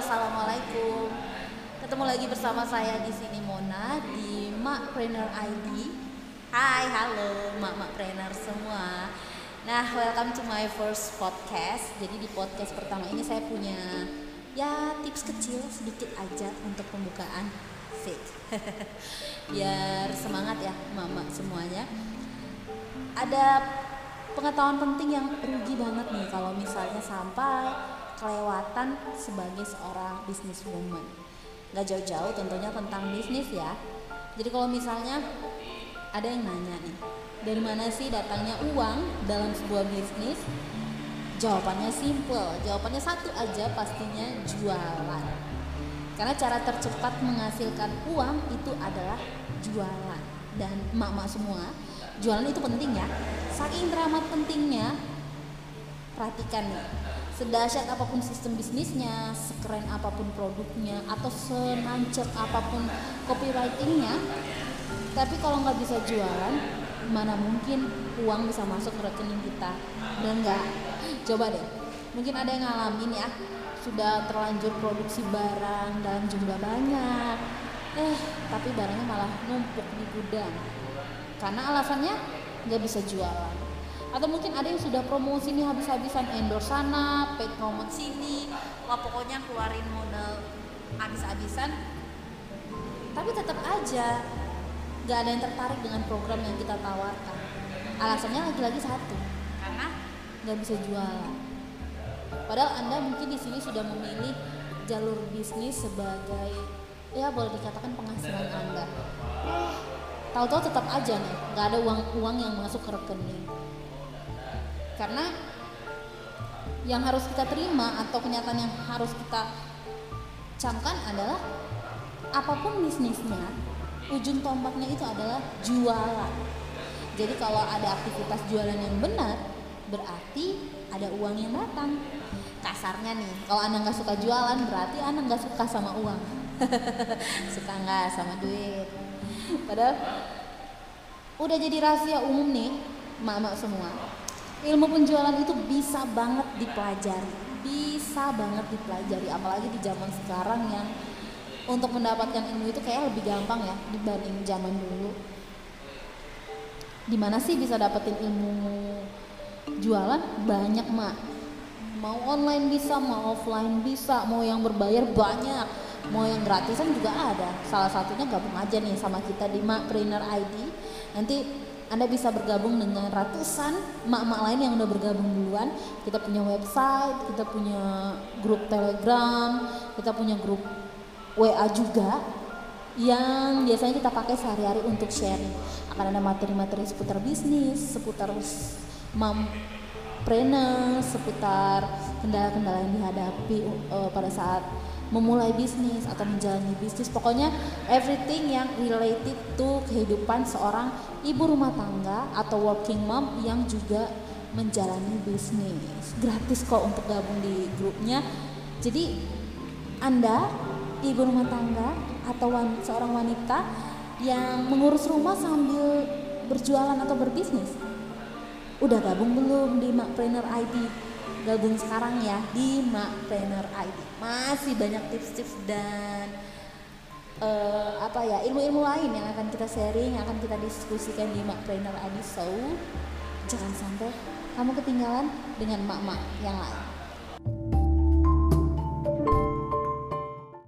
assalamualaikum. Ketemu lagi bersama saya di sini Mona di Makpreneur ID. Hai, halo Mak-Makpreneur semua. Nah, welcome to my first podcast. Jadi di podcast pertama ini saya punya tips kecil sedikit aja untuk pembukaan. Sik. Biar semangat ya Mak-Mak semuanya. Ada pengetahuan penting yang rugi banget nih kalau misalnya sampai kelewatan sebagai seorang businesswoman. Gak jauh-jauh tentunya tentang bisnis ya. Jadi kalau misalnya ada yang nanya nih, dari mana sih datangnya uang dalam sebuah bisnis? Jawabannya simple, jawabannya satu aja, pastinya jualan. Karena cara tercepat menghasilkan uang itu adalah jualan. Dan emak-emak semua, jualan itu penting ya. Saking teramat pentingnya, perhatikan nih, sedahsyat apapun sistem bisnisnya, sekeren apapun produknya, atau senancep apapun copywritingnya, tapi kalau nggak bisa jualan, mana mungkin uang bisa masuk ke rekening kita? Dan nggak? Coba deh, mungkin ada yang ngalamin ya, sudah terlanjur produksi barang dan jumlah banyak, tapi barangnya malah numpuk di gudang karena alasannya nggak bisa jualan. Atau mungkin ada yang sudah promosi nih habis-habisan, endorse sana, paid promote sini, pokoknya keluarin modal habis-habisan, tapi tetap aja gak ada yang tertarik dengan program yang kita tawarkan. Alasannya lagi-lagi satu, karena gak bisa jualan. Padahal Anda mungkin di sini sudah memilih jalur bisnis sebagai boleh dikatakan penghasilan Anda. Tahu-tahu tetap aja nih gak ada uang yang masuk ke rekening. Karena yang harus kita terima atau kenyataan yang harus kita camkan adalah apapun bisnisnya, ujung tombaknya itu adalah jualan. Jadi kalau ada aktivitas jualan yang benar, berarti ada uang yang datang. Kasarnya nih, kalau Anda nggak suka jualan, berarti Anda nggak suka sama uang. Suka nggak sama duit? Padahal udah jadi rahasia umum nih, mak-mak semua. Ilmu penjualan itu bisa banget dipelajari, apalagi di zaman sekarang yang untuk mendapatkan ilmu itu kayak lebih gampang ya dibanding zaman dulu. Dimana sih bisa dapetin ilmu jualan? Banyak mak, mau online bisa, mau offline bisa, mau yang berbayar banyak, mau yang gratisan juga ada. Salah satunya gabung aja nih sama kita di Makpreneur ID. Nanti Anda bisa bergabung dengan ratusan mak-mak lain yang udah bergabung duluan. Kita punya website, kita punya grup Telegram, kita punya grup WA juga yang biasanya kita pakai sehari-hari untuk sharing. Akan ada materi-materi seputar bisnis, seputar mompreneur, seputar kendala-kendala yang dihadapi pada saat memulai bisnis atau menjalani bisnis. Pokoknya everything yang related to kehidupan seorang ibu rumah tangga atau working mom yang juga menjalani bisnis. Gratis kok untuk gabung di grupnya. Jadi Anda ibu rumah tangga atau seorang wanita yang mengurus rumah sambil berjualan atau berbisnis, udah gabung belum di Makpreneur ID? Gabung sekarang ya di Makpreneur ID. Masih banyak tips-tips dan ilmu-ilmu lain yang akan kita sharing, yang akan kita diskusikan di Makpreneur ID. So jangan sampai kamu ketinggalan dengan mak-mak yang lain.